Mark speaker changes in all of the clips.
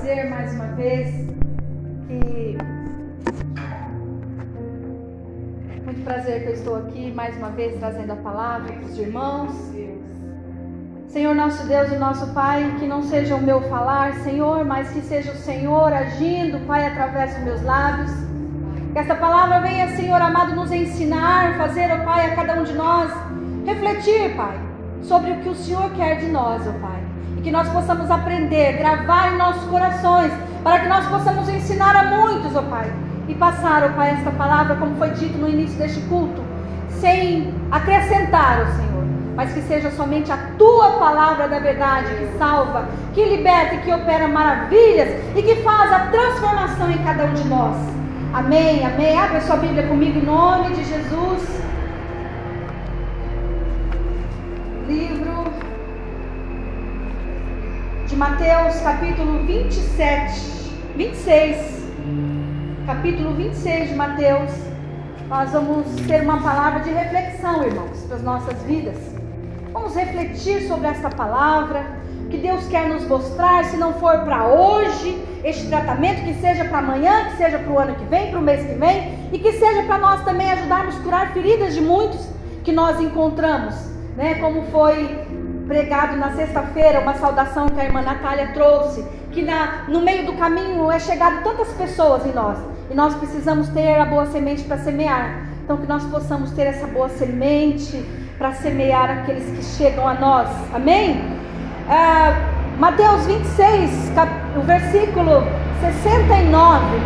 Speaker 1: prazer mais uma vez, muito prazer que eu estou aqui mais uma vez trazendo a palavra para os irmãos. Senhor nosso Deus e nosso Pai, que não seja o meu falar, Senhor, mas que seja o Senhor agindo, Pai, através dos meus lábios. Que esta palavra venha, Senhor amado, nos ensinar, fazer, ó Pai, a cada um de nós refletir, Pai, sobre o que o Senhor quer de nós, ó Pai. E que nós possamos aprender, gravar em nossos corações, para que nós possamos ensinar a muitos, ó Pai. E passar, ó Pai, esta palavra, como foi dito no início deste culto, sem acrescentar, ó Senhor, mas que seja somente a Tua palavra da verdade, que salva, que liberta e que opera maravilhas e que faz a transformação em cada um de nós. Amém, amém. Abre a sua Bíblia comigo em nome de Jesus. Livro de Mateus, capítulo 26. Capítulo 26 de Mateus. Nós vamos ter uma palavra de reflexão, irmãos, para as nossas vidas. Vamos refletir sobre esta palavra que Deus quer nos mostrar. Se não for para hoje este tratamento, que seja para amanhã, que seja para o ano que vem, para o mês que vem, e que seja para nós também ajudarmos a curar feridas de muitos que nós encontramos, né? Como foi pregado na sexta-feira, uma saudação que a irmã Natália trouxe, que no meio do caminho é chegado tantas pessoas em nós, e nós precisamos ter a boa semente para semear. Então que nós possamos ter essa boa semente para semear aqueles que chegam a nós. Amém? Mateus 26, o versículo 69,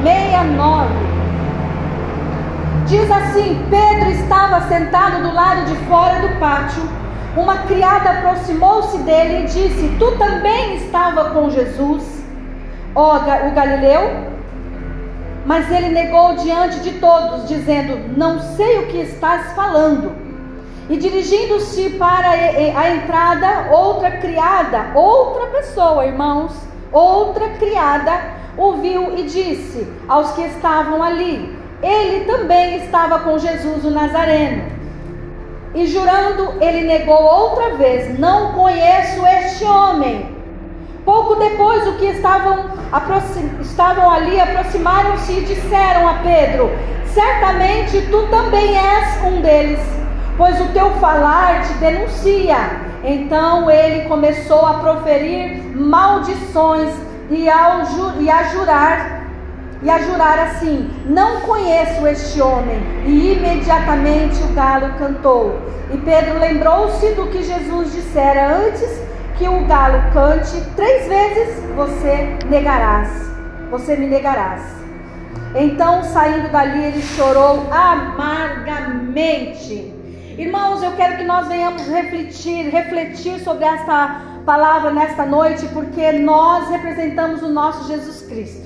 Speaker 1: diz assim: Pedro estava sentado do lado de fora do pátio. Uma criada aproximou-se dele e disse: Tu também estava com Jesus, o Galileu? Mas ele negou diante de todos, dizendo: Não sei o que estás falando. E dirigindo-se para a entrada, outra pessoa, irmãos, outra criada, ouviu e disse aos que estavam ali: Ele também estava com Jesus o Nazareno. E jurando, ele negou outra vez: Não conheço este homem. Pouco depois, os que estavam ali aproximaram-se e disseram a Pedro: Certamente tu também és um deles, pois o teu falar te denuncia. Então ele começou a proferir maldições e a jurar assim: Não conheço este homem. E imediatamente o galo cantou. E Pedro lembrou-se do que Jesus dissera: Antes que o galo cante 3 vezes, você me negarás. Então, saindo dali, ele chorou amargamente. Irmãos, eu quero que nós venhamos refletir sobre esta palavra nesta noite, porque nós representamos o nosso Jesus Cristo.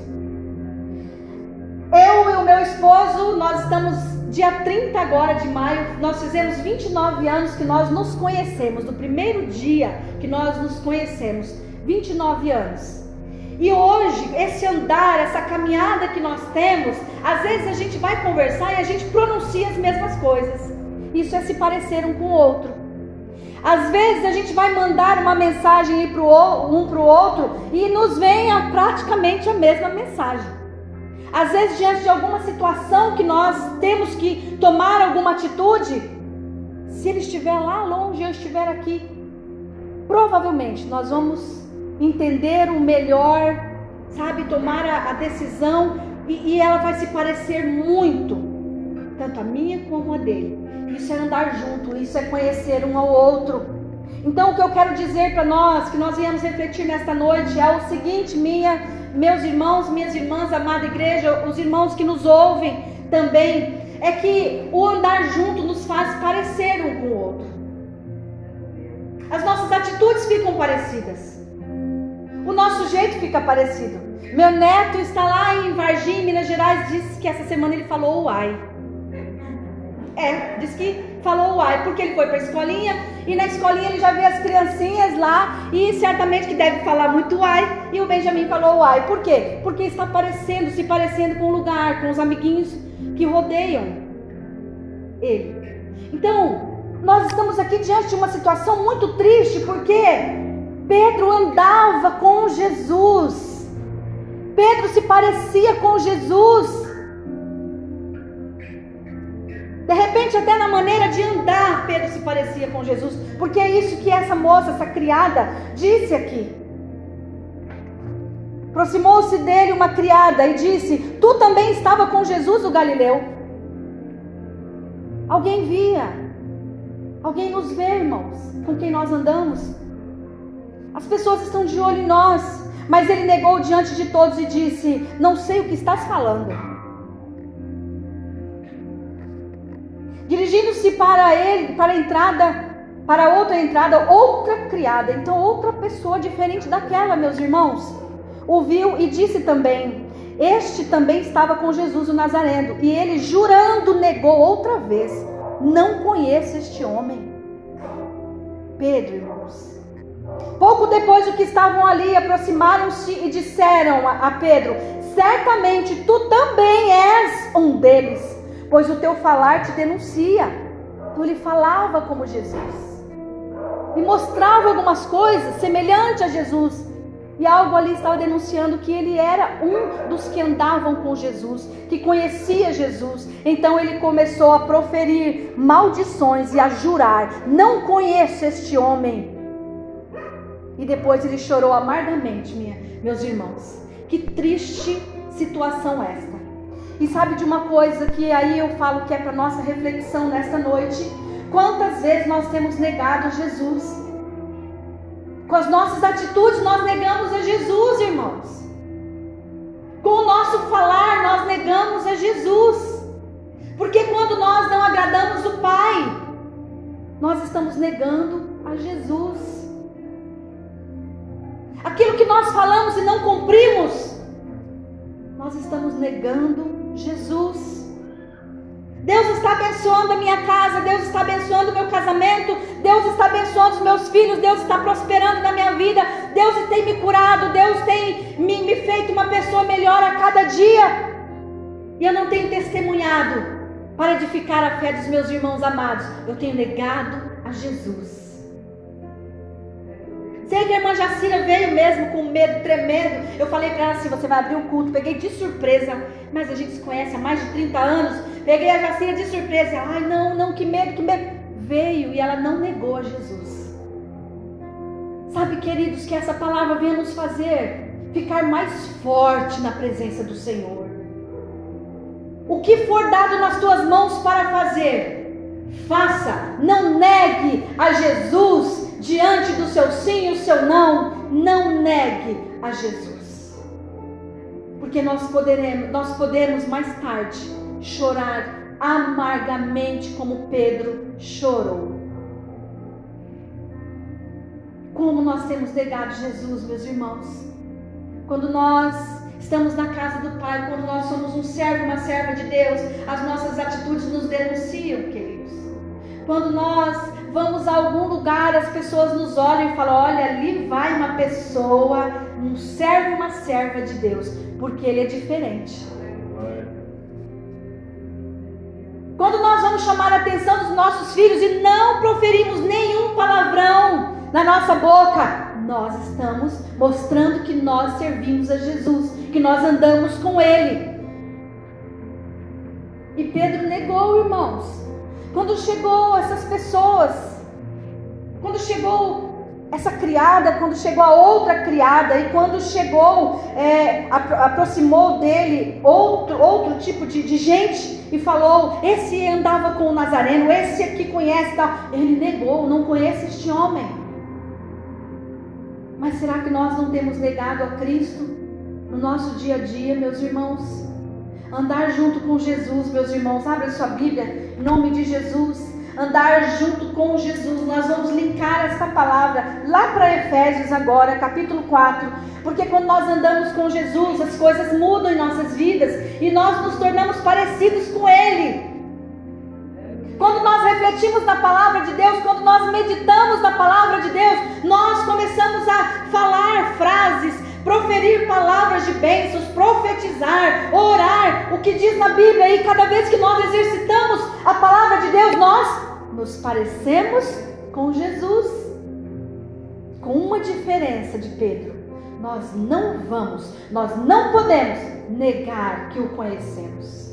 Speaker 1: Eu e o meu esposo, nós estamos dia 30 agora de maio, nós fizemos 29 anos que nós nos conhecemos, do primeiro dia que nós nos conhecemos, 29 anos. E hoje, esse andar, essa caminhada que nós temos, às vezes a gente vai conversar e a gente pronuncia as mesmas coisas. Isso é se parecer um com o outro. Às vezes a gente vai mandar uma mensagem um para o outro e nos vem praticamente a mesma mensagem. Às vezes, diante de alguma situação que nós temos que tomar alguma atitude, se ele estiver lá longe e eu estiver aqui, provavelmente nós vamos entender o melhor, sabe, tomar a decisão e ela vai se parecer muito, tanto a minha como a dele. Isso é andar junto, isso é conhecer um ao outro. Então o que eu quero dizer para nós, que nós viemos refletir nesta noite, é o seguinte: meus irmãos, minhas irmãs, amada igreja, os irmãos que nos ouvem também, é que o andar junto nos faz parecer um com o outro. As nossas atitudes ficam parecidas, o nosso jeito fica parecido. Meu neto está lá em Varginha, Minas Gerais, disse que essa semana ele falou uai. Diz que falou uai, porque ele foi para a escolinha, e na escolinha ele já vê as criancinhas lá, e certamente que deve falar muito uai, e o Benjamin falou uai. Por quê? Porque está se parecendo com o lugar, com os amiguinhos que rodeiam ele. Então, nós estamos aqui diante de uma situação muito triste, porque Pedro andava com Jesus. Pedro se parecia com Jesus. De repente, até na maneira de andar, Pedro se parecia com Jesus. Porque é isso que essa moça, essa criada, disse aqui. Aproximou-se dele uma criada e disse: tu também estava com Jesus o Galileu. Alguém via, alguém nos vê, irmãos, com quem nós andamos. As pessoas estão de olho em nós. Mas ele negou diante de todos e disse: não sei o que estás falando. Dirigindo-se para ele, para outra entrada, outra criada, então outra pessoa diferente daquela, meus irmãos, ouviu e disse também: este também estava com Jesus o Nazareno. E ele, jurando, negou outra vez: não conheço este homem. Pedro, irmãos. Pouco depois, os que estavam ali aproximaram-se e disseram a Pedro: certamente tu também és um deles, pois o teu falar te denuncia. Tu lhe falava como Jesus e mostrava algumas coisas semelhantes a Jesus, e algo ali estava denunciando que ele era um dos que andavam com Jesus, que conhecia Jesus. Então ele começou a proferir maldições e a jurar: não conheço este homem. E depois ele chorou amargamente, meus irmãos. Que triste situação esta. E sabe de uma coisa que aí eu falo que é para nossa reflexão nesta noite? Quantas vezes nós temos negado Jesus? Com as nossas atitudes nós negamos a Jesus, irmãos. Com o nosso falar nós negamos a Jesus. Porque quando nós não agradamos o Pai, nós estamos negando a Jesus. Aquilo que nós falamos e não cumprimos, nós estamos negando Jesus. Deus está abençoando a minha casa, Deus está abençoando o meu casamento, Deus está abençoando os meus filhos, Deus está prosperando na minha vida, Deus tem me curado, Deus tem me feito uma pessoa melhor a cada dia. E eu não tenho testemunhado para edificar a fé dos meus irmãos amados. Eu tenho negado a Jesus. Sei que a irmã Jacira veio mesmo com medo tremendo. Eu falei para ela assim: você vai abrir o culto. Peguei de surpresa, mas a gente se conhece há mais de 30 anos. Peguei a Jacira de surpresa. Ai, não, que medo. Veio e ela não negou a Jesus. Sabe, queridos, que essa palavra venha nos fazer ficar mais forte na presença do Senhor. O que for dado nas tuas mãos para fazer, faça. Não negue a Jesus diante do seu sim e o seu não. Não negue a Jesus. Porque nós podemos mais tarde chorar amargamente como Pedro chorou. Como nós temos negado Jesus, meus irmãos. Quando nós estamos na casa do Pai, quando nós somos um servo, uma serva de Deus, as nossas atitudes nos denunciam, queridos. Quando nós vamos a algum lugar, as pessoas nos olham e falam: olha, ali vai uma pessoa, um servo, uma serva de Deus, porque ele é diferente. Quando nós vamos chamar a atenção dos nossos filhos e não proferimos nenhum palavrão na nossa boca, nós estamos mostrando que nós servimos a Jesus, que nós andamos com Ele. E Pedro negou, irmãos. Quando chegou essas pessoas, quando chegou essa criada, quando chegou a outra criada, e quando chegou, aproximou dele outro tipo de gente, e falou: esse andava com o Nazareno, esse aqui conhece, tal. Ele negou: não conhece este homem. Mas será que nós não temos negado a Cristo no nosso dia a dia, meus irmãos? Andar junto com Jesus, meus irmãos, abre a sua Bíblia, em nome de Jesus. Andar junto com Jesus, nós vamos linkar esta palavra lá para Efésios agora, capítulo 4, porque quando nós andamos com Jesus, as coisas mudam em nossas vidas, e nós nos tornamos parecidos com Ele. Quando nós refletimos na palavra de Deus, quando nós meditamos na palavra de Deus, nós começamos a falar frases, proferir palavras de bênçãos, profetizar, orar, o que diz na Bíblia. E cada vez que nós exercitamos a palavra de Deus, nós nos parecemos com Jesus. Com uma diferença de Pedro: nós não vamos, nós não podemos negar que o conhecemos.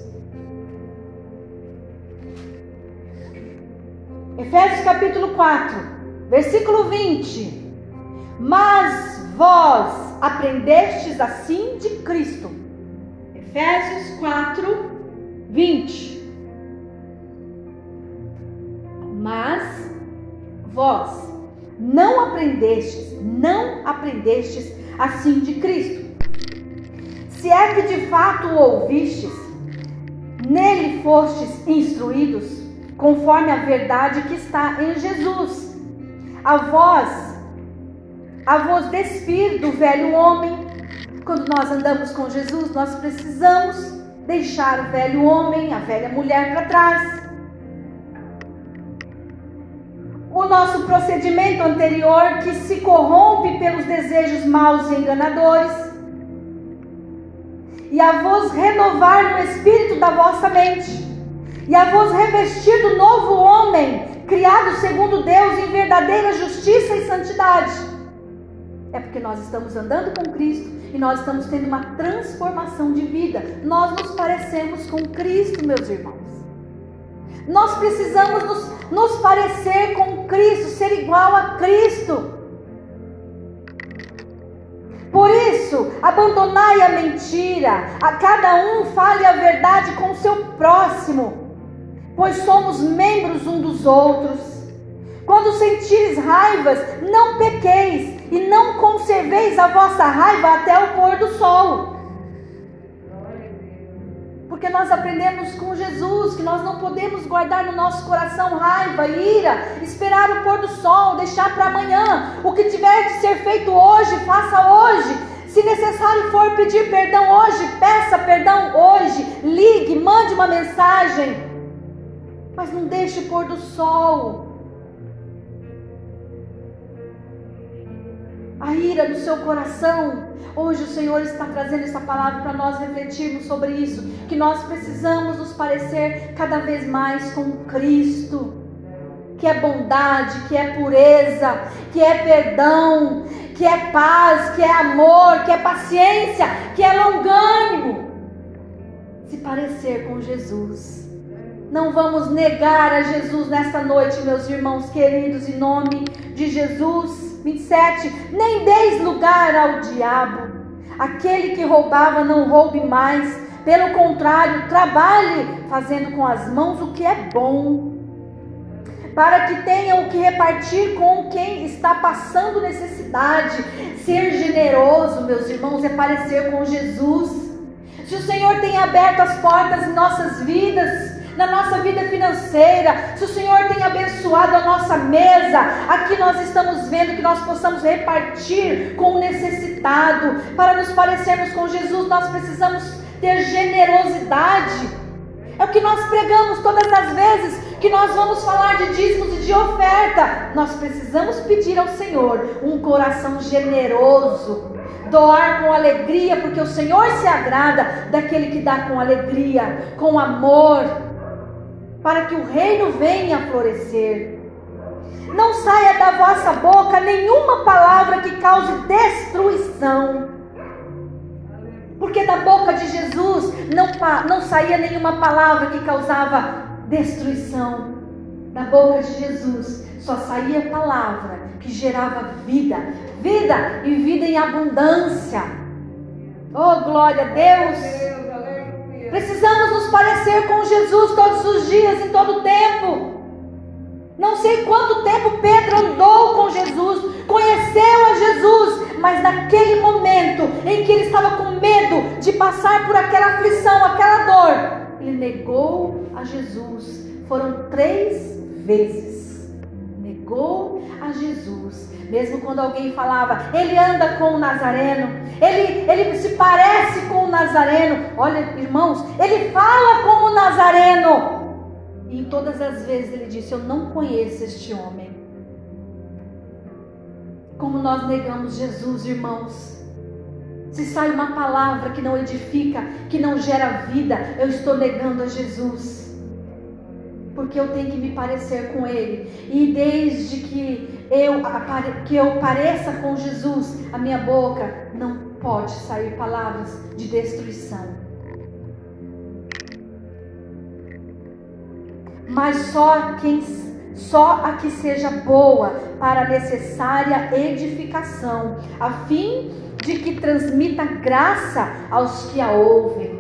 Speaker 1: Efésios capítulo 4, versículo 20. Mas vós aprendestes assim de Cristo. Efésios 4, 20. Mas vós não aprendestes assim de Cristo. Se é que de fato o ouvistes, nele fostes instruídos, conforme a verdade que está em Jesus. A vos despir do velho homem. Quando nós andamos com Jesus, nós precisamos deixar o velho homem, a velha mulher para trás. O nosso procedimento anterior que se corrompe pelos desejos maus e enganadores. E a vos renovar no espírito da vossa mente. E a vos revestir do novo homem, criado segundo Deus em verdadeira justiça e santidade. É porque nós estamos andando com Cristo e nós estamos tendo uma transformação de vida. Nós nos parecemos com Cristo, meus irmãos. Nós precisamos nos parecer com Cristo, ser igual a Cristo. Por isso, abandonai a mentira, a cada um fale a verdade com o seu próximo, pois somos membros um dos outros. Quando sentires raivas, não pequeis, e não conserveis a vossa raiva até o pôr do sol. Porque nós aprendemos com Jesus que nós não podemos guardar no nosso coração raiva, ira, esperar o pôr do sol, deixar para amanhã. O que tiver de ser feito hoje, faça hoje. Se necessário for pedir perdão hoje, peça perdão hoje. Ligue, mande uma mensagem. Mas não deixe o pôr do sol. A ira do seu coração. Hoje o Senhor está trazendo essa palavra para nós refletirmos sobre isso. Que nós precisamos nos parecer cada vez mais com Cristo. Que é bondade, que é pureza, que é perdão, que é paz, que é amor, que é paciência, que é longânimo. Se parecer com Jesus. Não vamos negar a Jesus nesta noite, meus irmãos queridos, em nome de Jesus. 27. Nem deis lugar ao diabo. Aquele que roubava não roube mais. Pelo contrário, trabalhe fazendo com as mãos o que é bom, para que tenha o que repartir com quem está passando necessidade. Ser generoso, meus irmãos, é parecer com Jesus. Se o Senhor tem aberto as portas em nossas vidas, na nossa vida financeira, se o Senhor tem abençoado a nossa mesa, aqui nós estamos vendo que nós possamos repartir com o necessitado. Para nos parecermos com Jesus, nós precisamos ter generosidade. É o que nós pregamos todas as vezes que nós vamos falar de dízimos e de oferta. Nós precisamos pedir ao Senhor um coração generoso, doar com alegria, porque o Senhor se agrada daquele que dá com alegria, com amor, para que o reino venha a florescer. Não saia da vossa boca nenhuma palavra que cause destruição. Porque da boca de Jesus não saía nenhuma palavra que causava destruição. Da boca de Jesus só saía palavra que gerava vida. Vida e vida em abundância. Oh, glória a Deus! Precisamos nos parecer com Jesus todos os dias, em todo o tempo. Não sei quanto tempo Pedro andou com Jesus, conheceu a Jesus, mas naquele momento em que ele estava com medo de passar por aquela aflição, aquela dor, ele negou a Jesus. Foram 3 vezes. Negou a Jesus. Mesmo quando alguém falava, ele anda com o Nazareno, ele se parece com o Nazareno. Olha, irmãos, ele fala como o Nazareno. E todas as vezes ele disse, eu não conheço este homem. Como nós negamos Jesus, irmãos. Se sai uma palavra que não edifica, que não gera vida, eu estou negando a Jesus. Porque eu tenho que me parecer com Ele. E desde que que eu pareça com Jesus, a minha boca não pode sair palavras de destruição. Mas só a que seja boa para a necessária edificação, a fim de que transmita graça aos que a ouvem.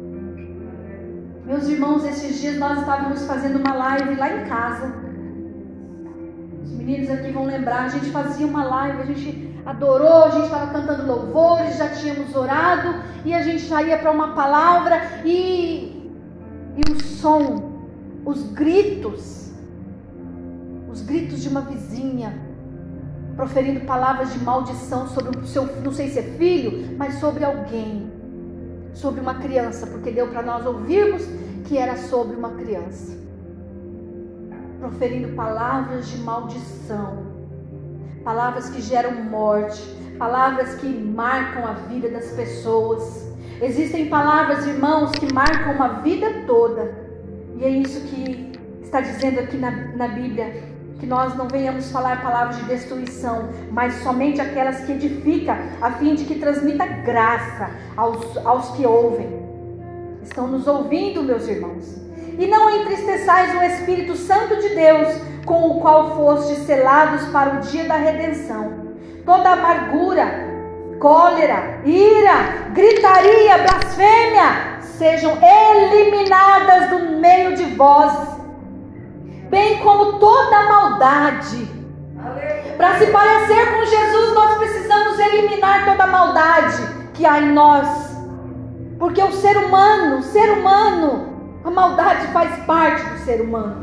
Speaker 1: Meus irmãos, esses dias nós estávamos fazendo uma live lá em casa. Os meninos aqui vão lembrar, a gente fazia uma live, a gente adorou, a gente estava cantando louvores, já tínhamos orado, e a gente saía para uma palavra, e o som, os gritos de uma vizinha, proferindo palavras de maldição sobre o seu, não sei se é filho, mas sobre alguém, sobre uma criança, porque deu para nós ouvirmos que era sobre uma criança, proferindo palavras de maldição, palavras que geram morte, palavras que marcam a vida das pessoas. Existem palavras, irmãos, que marcam uma vida toda, e é isso que está dizendo aqui na Bíblia, que nós não venhamos falar palavras de destruição, mas somente aquelas que edificam, a fim de que transmita graça aos que ouvem. Estão nos ouvindo, meus irmãos? E não entristeçais o Espírito Santo de Deus, com o qual fostes selados para o dia da redenção. Toda amargura, cólera, ira, gritaria, blasfêmia, sejam eliminadas do meio de vós, bem como toda maldade. Para se parecer com Jesus, nós precisamos eliminar toda a maldade que há em nós, porque o ser humano, a maldade faz parte do ser humano.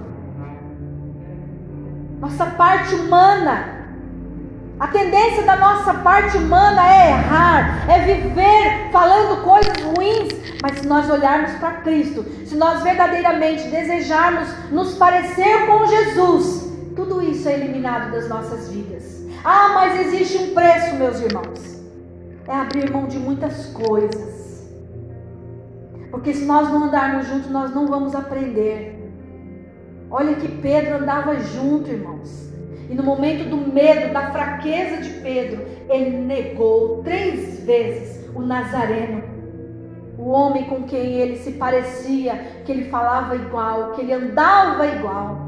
Speaker 1: Nossa parte humana, a tendência da nossa parte humana é errar, é viver falando coisas ruins. Mas se nós olharmos para Cristo, se nós verdadeiramente desejarmos nos parecer com Jesus, tudo isso é eliminado das nossas vidas. Ah, mas existe um preço, meus irmãos. É abrir mão de muitas coisas. Porque se nós não andarmos juntos, nós não vamos aprender. Olha que Pedro andava junto, irmãos. E no momento do medo, da fraqueza de Pedro, ele negou 3 vezes o Nazareno, o homem com quem ele se parecia, que ele falava igual, que ele andava igual.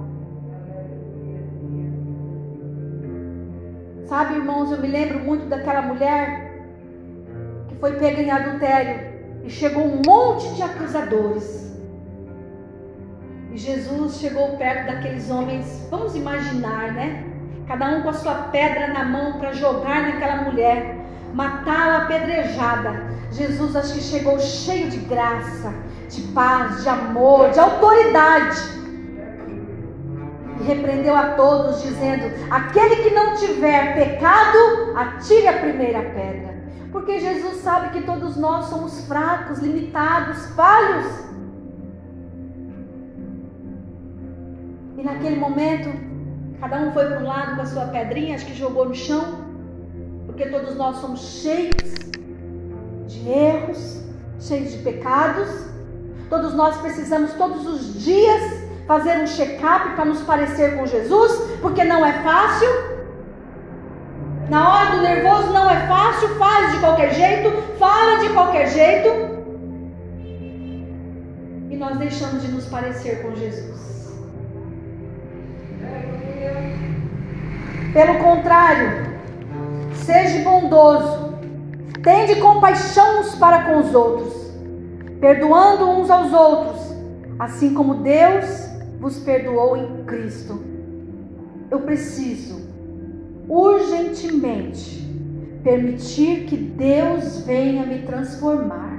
Speaker 1: Sabe, irmãos, eu me lembro muito daquela mulher que foi pega em adultério e chegou um monte de acusadores. E Jesus chegou perto daqueles homens, vamos imaginar, né? Cada um com a sua pedra na mão para jogar naquela mulher, matá-la apedrejada. Jesus, acho que chegou cheio de graça, de paz, de amor, de autoridade. E repreendeu a todos, dizendo: aquele que não tiver pecado, atire a primeira pedra. Porque Jesus sabe que todos nós somos fracos, limitados, falhos. E naquele momento, cada um foi para um lado com a sua pedrinha, acho que jogou no chão, porque todos nós somos cheios de erros, cheios de pecados. Todos nós precisamos todos os dias fazer um check-up para nos parecer com Jesus, porque não é fácil. Na hora do nervoso não é fácil, faz de qualquer jeito, fala de qualquer jeito, e nós deixamos de nos parecer com Jesus. Pelo contrário, seja bondoso, tende compaixão uns para com os outros, perdoando uns aos outros, assim como Deus vos perdoou em Cristo. Eu preciso urgentemente permitir que Deus venha me transformar.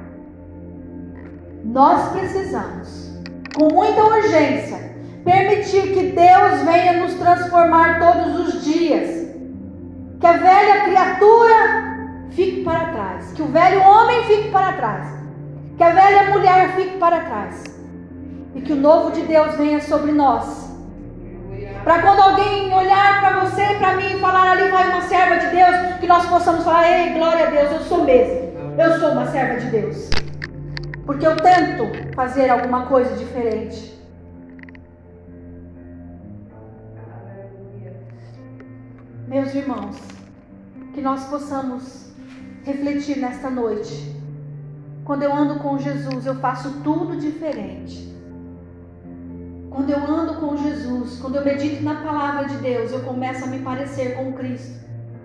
Speaker 1: Nós precisamos, com muita urgência, permitir que Deus venha nos transformar todos os dias. Que a velha criatura fique para trás, que o velho homem fique para trás, que a velha mulher fique para trás, e que o novo de Deus venha sobre nós. Para quando alguém olhar para você e para mim e falar: ali vai uma serva de Deus, que nós possamos falar: ei, glória a Deus, eu sou mesmo, eu sou uma serva de Deus, porque eu tento fazer alguma coisa diferente. Meus irmãos, que nós possamos refletir nesta noite. Quando eu ando com Jesus, eu faço tudo diferente. Quando eu ando com Jesus, quando eu medito na palavra de Deus, eu começo a me parecer com Cristo.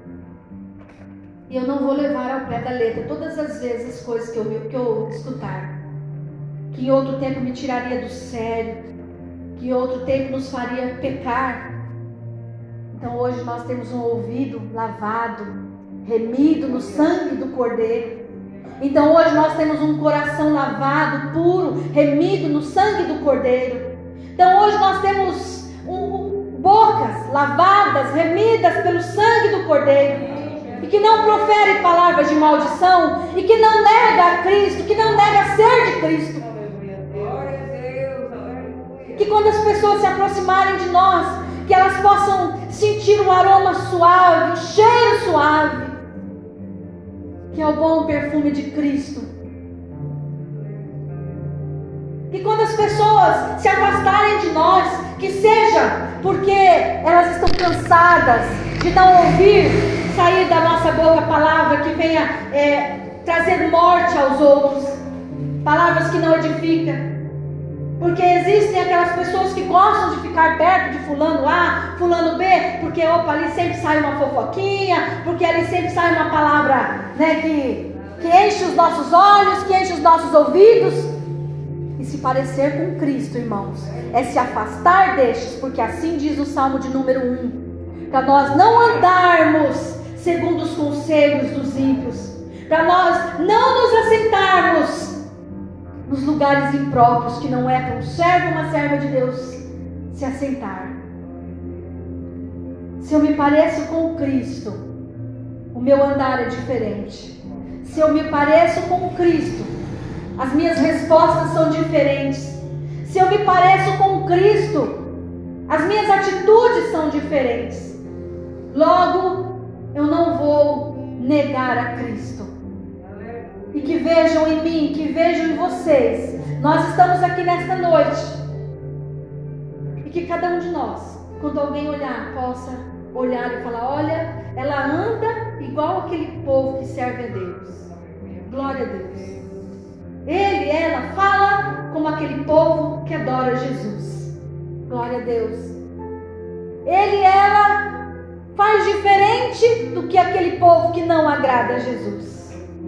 Speaker 1: E eu não vou levar ao pé da letra todas as vezes as coisas que eu escutar. Que em outro tempo me tiraria do sério. Que em outro tempo nos faria pecar. Então hoje nós temos um ouvido lavado, remido no sangue do Cordeiro. Então hoje nós temos um coração lavado, puro, remido no sangue do Cordeiro. Então hoje nós temos bocas lavadas, remidas pelo sangue do Cordeiro. E que não profere palavras de maldição, e que não nega a Cristo, que não nega ser de Cristo. Que quando as pessoas se aproximarem de nós, que elas possam sentir um aroma suave, um cheiro suave, que é o bom perfume de Cristo. Que quando as pessoas se afastarem de nós, que seja porque elas estão cansadas de não ouvir sair da nossa boca a palavra que venha trazer morte aos outros, palavras que não edificam. Porque existem aquelas pessoas que gostam de ficar perto de fulano A, fulano B, porque ali sempre sai uma fofoquinha, porque ali sempre sai uma palavra, né, que enche os nossos olhos, que enche os nossos ouvidos. E se parecer com Cristo, irmãos, é se afastar destes, porque assim diz o Salmo de número 1, para nós não andarmos segundo os conselhos dos ímpios, para nós não nos assentarmos nos lugares impróprios, que não é para um servo ou uma serva de Deus se assentar. Se eu me pareço com Cristo, o meu andar é diferente. Se eu me pareço com Cristo, as minhas respostas são diferentes. Se eu me pareço com Cristo, as minhas atitudes são diferentes. Logo, eu não vou negar a Cristo. E que vejam em mim, que vejam em vocês. Nós estamos aqui nesta noite. E que cada um de nós, quando alguém olhar, possa olhar e falar: olha, ela anda igual aquele povo que serve a Deus. Glória a Deus. Ela fala como aquele povo que adora Jesus. Glória a Deus. Ela faz diferente do que aquele povo que não agrada a Jesus.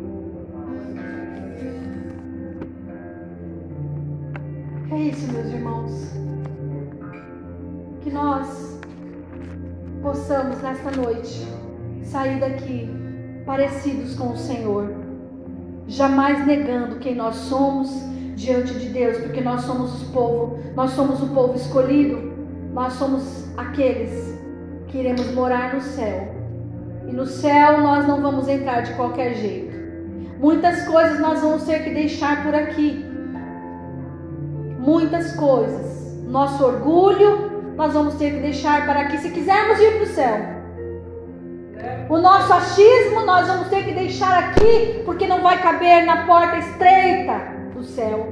Speaker 1: É isso, meus irmãos. Que nós possamos nesta noite sair daqui parecidos com o Senhor, jamais negando quem nós somos diante de Deus, porque nós somos o povo escolhido, nós somos aqueles que iremos morar no céu. E no céu nós não vamos entrar de qualquer jeito. Muitas coisas nós vamos ter que deixar por aqui. Muitas coisas. Nosso orgulho nós vamos ter que deixar para aqui, se quisermos ir para o céu. O nosso achismo nós vamos ter que deixar aqui, porque não vai caber na porta estreita do céu.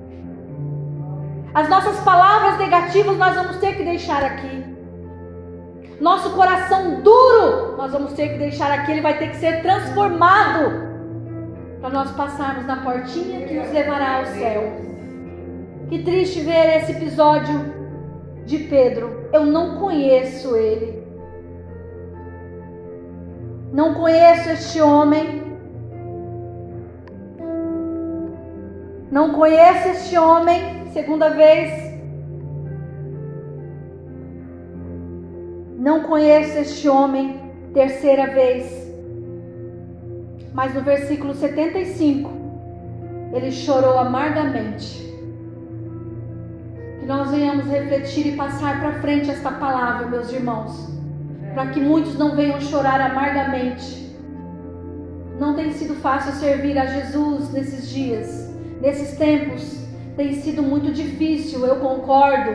Speaker 1: As nossas palavras negativas nós vamos ter que deixar aqui. Nosso coração duro nós vamos ter que deixar aqui. Ele vai ter que ser transformado para nós passarmos na portinha que nos levará ao céu. Que triste ver esse episódio de Pedro. Eu não conheço ele. Não conheço este homem. Não conheço este homem. Segunda vez. Não conheço este homem. Terceira vez. Mas no versículo 75, ele chorou amargamente. Que nós venhamos refletir e passar para frente esta palavra, meus irmãos, para que muitos não venham chorar amargamente. Não tem sido fácil servir a Jesus nesses dias, nesses tempos. Tem sido muito difícil, eu concordo.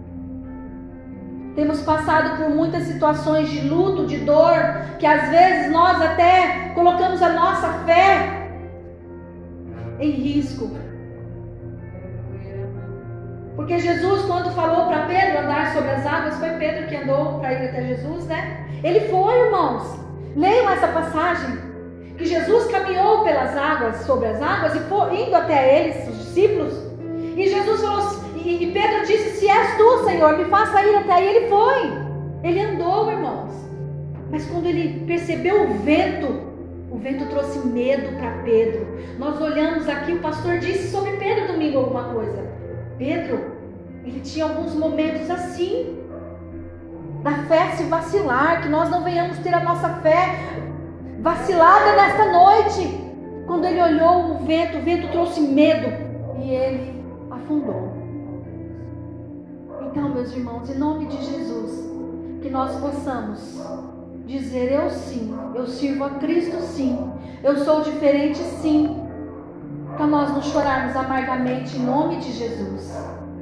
Speaker 1: Temos passado por muitas situações de luto, de dor, que às vezes nós até colocamos a nossa fé em risco. Porque Jesus, quando falou para Pedro andar sobre as águas, foi Pedro que andou para ir até Jesus, né? Ele foi, irmãos. Leiam essa passagem. Que Jesus caminhou pelas águas, sobre as águas, e foi indo até eles, os discípulos. E Jesus falou, e Pedro disse: se és tu, Senhor, me faça ir até aí. Ele foi. Ele andou, irmãos. Mas quando ele percebeu o vento trouxe medo para Pedro. Nós olhamos aqui, o pastor disse sobre Pedro domingo alguma coisa. Pedro, ele tinha alguns momentos assim, da fé se vacilar, que nós não venhamos ter a nossa fé vacilada nesta noite. Quando ele olhou o vento trouxe medo e ele afundou. Então, meus irmãos, em nome de Jesus, que nós possamos dizer: eu sim, eu sirvo a Cristo sim, eu sou diferente sim, para nós não chorarmos amargamente, em nome de Jesus.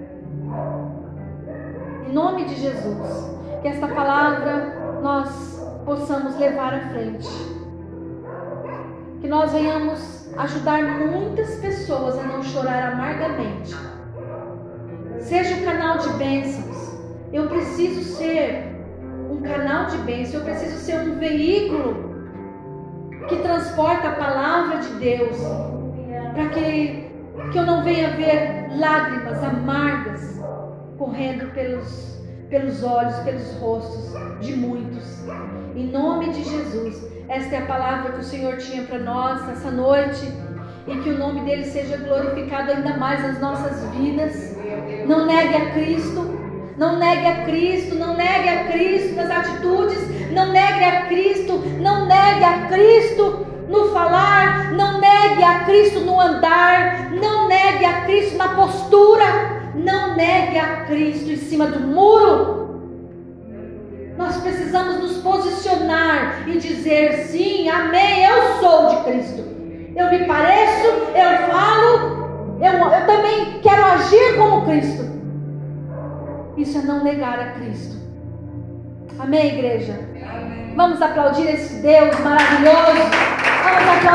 Speaker 1: Em nome de Jesus, que esta palavra nós possamos levar à frente, que nós venhamos ajudar muitas pessoas a não chorar amargamente. Seja um canal de bênçãos. Eu preciso ser um canal de bênção, eu preciso ser um veículo que transporta a palavra de Deus, para que eu não venha ver lágrimas amargas correndo pelos olhos, pelos rostos de muitos. Em nome de Jesus, esta é a palavra que o Senhor tinha para nós essa noite, e que o nome dele seja glorificado ainda mais nas nossas vidas. Não negue a Cristo. Não negue a Cristo, não negue a Cristo nas atitudes, não negue a Cristo, não negue a Cristo no falar, não negue a Cristo no andar, não negue a Cristo na postura, não negue a Cristo em cima do muro. Nós precisamos nos posicionar e dizer: sim, amém, eu sou de Cristo, eu me pareço, eu falo, eu também quero agir como Cristo. Isso é não negar a Cristo. Amém, igreja? Amém. Vamos aplaudir esse Deus maravilhoso. Vamos aplaudir.